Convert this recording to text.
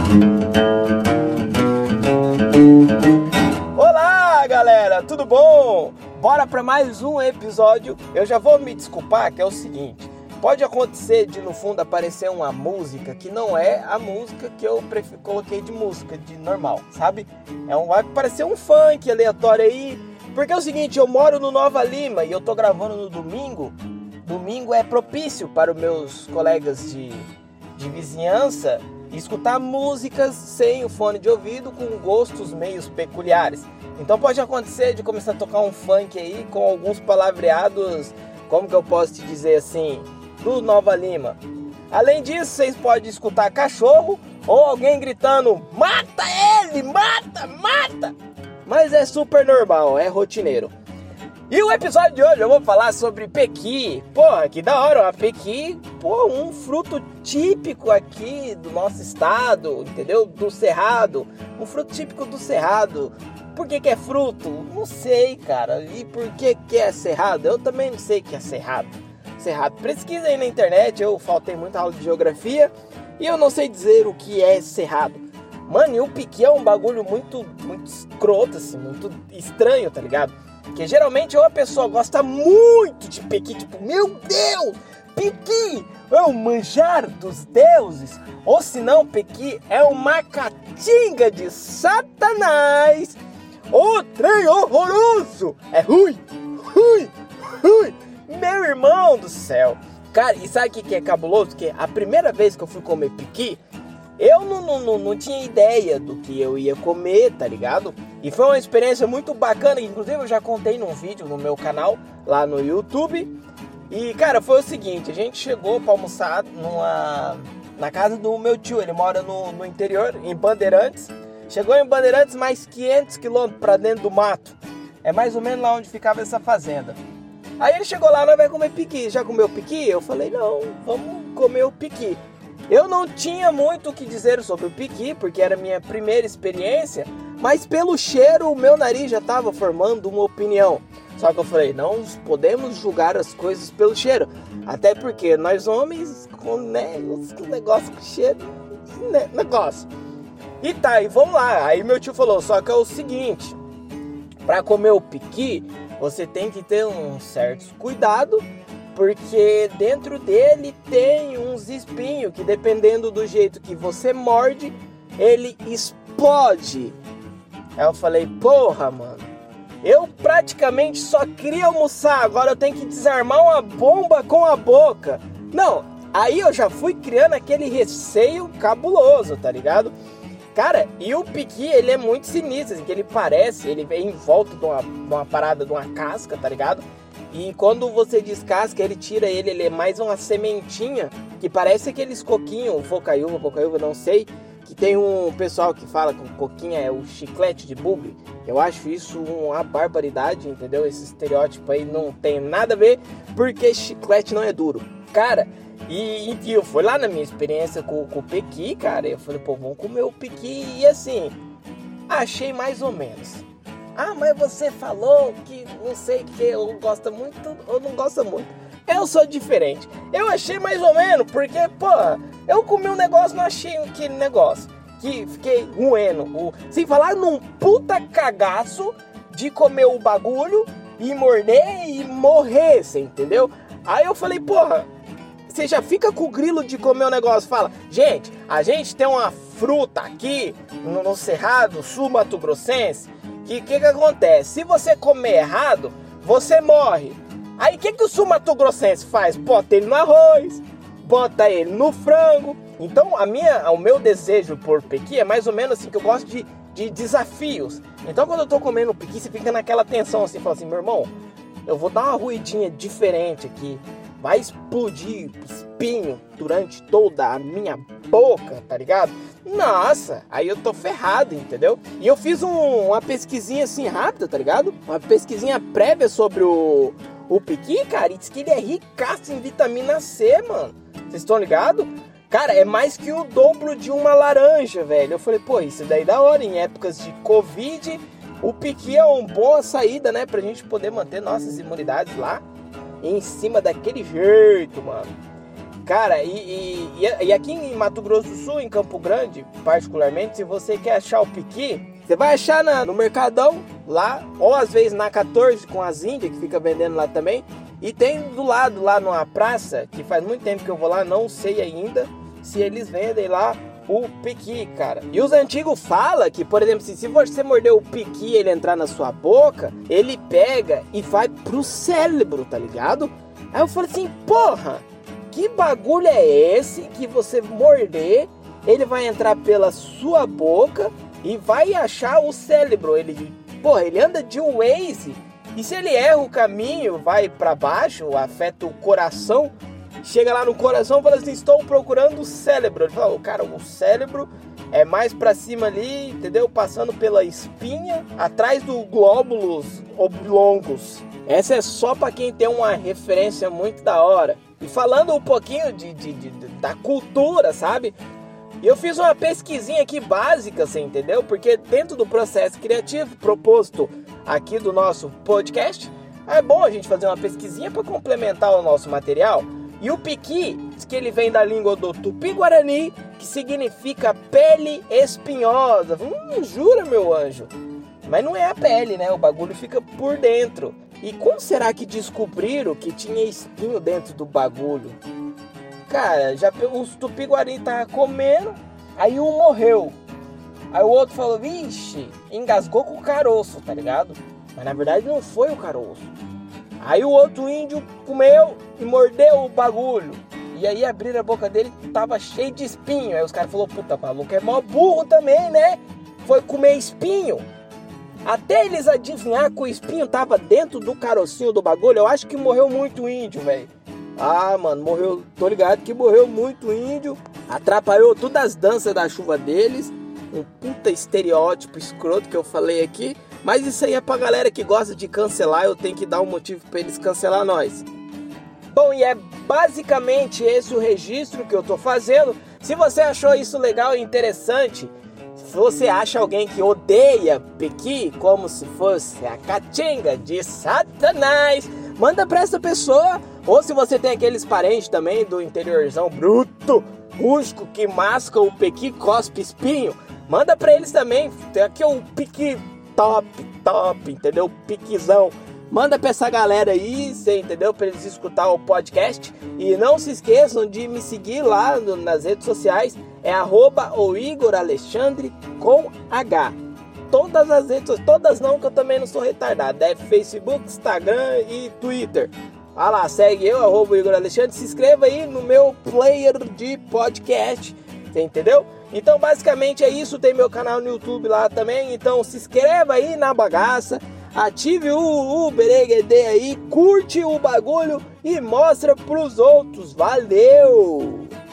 Olá, galera, tudo bom? Bora para mais um episódio. Eu já vou me desculpar, que é o seguinte: pode acontecer de no fundo aparecer uma música que não é a música que eu coloquei de música, de normal, sabe? Vai parecer um funk aleatório aí, porque é o seguinte, eu moro no Nova Lima e eu tô gravando no domingo. Domingo é propício para os meus colegas de vizinhança escutar músicas sem o fone de ouvido, com gostos meio peculiares. Então pode acontecer de começar a tocar um funk aí com alguns palavreados, como que eu posso te dizer assim, do Nova Lima. Além disso, vocês podem escutar cachorro ou alguém gritando: mata ele, mata, mata! Mas é super normal, é rotineiro. E o episódio de hoje eu vou falar sobre pequi. Porra, que da hora, uma pequi, um fruto típico aqui do nosso estado, entendeu? Do Cerrado, um fruto típico do Cerrado. Por que é fruto? Não sei, cara. E por que é cerrado? Eu também não sei o que é cerrado. Pesquisa aí na internet, eu faltei muita aula de geografia e eu não sei dizer o que é cerrado. Mano, e o pequi é um bagulho muito escroto, assim, muito estranho, tá ligado? Porque geralmente a pessoa gosta muito de pequi, tipo, meu Deus, pequi é o manjar dos deuses. Ou se não, pequi é uma catinga de Satanás. O trem horroroso, é ruim. Meu irmão do céu. Cara, e sabe o que é cabuloso? Que a primeira vez que eu fui comer pequi, eu não tinha ideia do que eu ia comer, tá ligado? E foi uma experiência muito bacana, inclusive eu já contei num vídeo no meu canal, lá no YouTube. E, cara, foi o seguinte, a gente chegou pra almoçar na casa do meu tio, ele mora no interior, em Bandeirantes. Chegou em Bandeirantes mais 500 quilômetros pra dentro do mato. É mais ou menos lá onde ficava essa fazenda. Aí ele chegou lá, nós vamos comer pequi. Já comeu pequi? Eu falei, não, vamos comer o pequi. Eu não tinha muito o que dizer sobre o pequi, porque era a minha primeira experiência, mas pelo cheiro o meu nariz já estava formando uma opinião. Só que eu falei, não podemos julgar as coisas pelo cheiro, até porque nós homens, com negócio com cheiro, negócio. E tá, e vamos lá. Aí meu tio falou, só que é o seguinte, para comer o pequi, você tem que ter um certo cuidado, porque dentro dele tem uns espinhos que, dependendo do jeito que você morde, ele explode. Aí eu falei, porra, mano, eu praticamente só queria almoçar, agora eu tenho que desarmar uma bomba com a boca. Não, aí eu já fui criando aquele receio cabuloso, tá ligado? Cara, e o pequi, ele é muito sinistro, assim, que ele vem em volta de uma parada, de uma casca, tá ligado? E quando você descasca, ele é mais uma sementinha, que parece aqueles coquinhos, bocaiúva, não sei, que tem um pessoal que fala que o coquinho é o chiclete de bugre. Eu acho isso uma barbaridade, entendeu? Esse estereótipo aí não tem nada a ver, porque chiclete não é duro. Cara, e eu fui lá na minha experiência com o pequi, cara, eu falei, vamos comer o pequi, e assim, achei mais ou menos. Ah, mas você falou que não sei o que, eu gosto muito ou não gosto muito. Eu sou diferente. Eu achei mais ou menos, porque, eu comi um negócio, não achei aquele negócio. Que fiquei ruendo. Sem falar num puta cagaço de comer o bagulho e morder e morrer, você entendeu? Aí eu falei, você já fica com o grilo de comer o negócio. Fala, gente, a gente tem uma fruta aqui no Cerrado, sul Mato Grossense, que acontece? Se você comer errado, você morre. Aí o que o sul Mato Grossense faz? Bota ele no arroz, bota ele no frango. Então o meu desejo por pequi é mais ou menos assim, que eu gosto de desafios. Então quando eu tô comendo pequi, você fica naquela tensão assim, fala assim, meu irmão, eu vou dar uma ruidinha diferente aqui. Vai explodir espinho durante toda a minha boca, tá ligado? Nossa, aí eu tô ferrado, entendeu? E eu fiz uma pesquisinha assim rápida, tá ligado? Uma pesquisinha prévia sobre o pequi, cara, e diz que ele é ricaço em vitamina C, mano. Vocês estão ligados? Cara, é mais que o dobro de uma laranja, velho. Eu falei, isso daí é da hora. Em épocas de Covid, o pequi é uma boa saída, né? Pra gente poder manter nossas imunidades lá em cima daquele jeito, mano. Cara, e aqui em Mato Grosso do Sul, em Campo Grande, particularmente, se você quer achar o piqui, você vai achar no Mercadão, lá, ou às vezes na 14 com as Índias, que fica vendendo lá também. E tem do lado, lá numa praça, que faz muito tempo que eu vou lá, não sei ainda se eles vendem lá o piqui, cara. E os antigos falam que, por exemplo, se você morder o piqui e ele entrar na sua boca, ele pega e vai pro cérebro, tá ligado? Aí eu falei assim, porra, que bagulho é esse que você morder, ele vai entrar pela sua boca e vai achar o cérebro? Ele anda de Waze, e se ele erra o caminho, vai pra baixo, afeta o coração, chega lá no coração e fala assim, estou procurando o cérebro. Ele fala, cara, o cérebro é mais pra cima ali, entendeu? Passando pela espinha, atrás do glóbulos oblongos. Essa é só pra quem tem uma referência muito da hora. E falando um pouquinho da cultura, sabe? Eu fiz uma pesquisinha aqui básica, você entendeu? Porque dentro do processo criativo proposto aqui do nosso podcast, é bom a gente fazer uma pesquisinha para complementar o nosso material. E o piqui, diz que ele vem da língua do Tupi-Guarani, que significa pele espinhosa. Jura, meu anjo? Mas não é a pele, né? O bagulho fica por dentro. E como será que descobriram que tinha espinho dentro do bagulho? Cara, os Tupi-Guarani estavam comendo, aí um morreu. Aí o outro falou, vixe, engasgou com o caroço, tá ligado? Mas na verdade não foi o caroço. Aí o outro índio comeu e mordeu o bagulho. E aí abriram a boca dele, tava cheio de espinho. Aí os caras falaram, puta, maluco é mó burro também, né? Foi comer espinho. Até eles adivinhar que o espinho tava dentro do carocinho do bagulho, eu acho que morreu muito índio, velho. Ah, mano, morreu, tô ligado que morreu muito índio. Atrapalhou todas as danças da chuva deles. Um puta estereótipo escroto que eu falei aqui. Mas isso aí é pra galera que gosta de cancelar. Eu tenho que dar um motivo pra eles cancelar nós. Bom, e é basicamente esse o registro que eu tô fazendo. Se você achou isso legal e interessante, se você acha alguém que odeia piqui como se fosse a catinga de Satanás, manda pra essa pessoa. Ou se você tem aqueles parentes também do interiorzão bruto, rústico, que masca o piqui, cospe espinho, manda pra eles também. Tem aqui o piqui top, entendeu? Piquizão. Manda pra essa galera aí, você entendeu? Pra eles escutar o podcast. E não se esqueçam de me seguir lá nas redes sociais. É @oigoralexandre com H. Todas as redes sociais, todas não, que eu também não sou retardado. É Facebook, Instagram e Twitter. Vai lá, segue eu, @oigoralexandre. Se inscreva aí no meu player de podcast. Você entendeu? Então basicamente é isso. Tem meu canal no YouTube lá também. Então se inscreva aí na bagaça. Ative o Bereguedê aí, curte o bagulho e mostra pros outros. Valeu!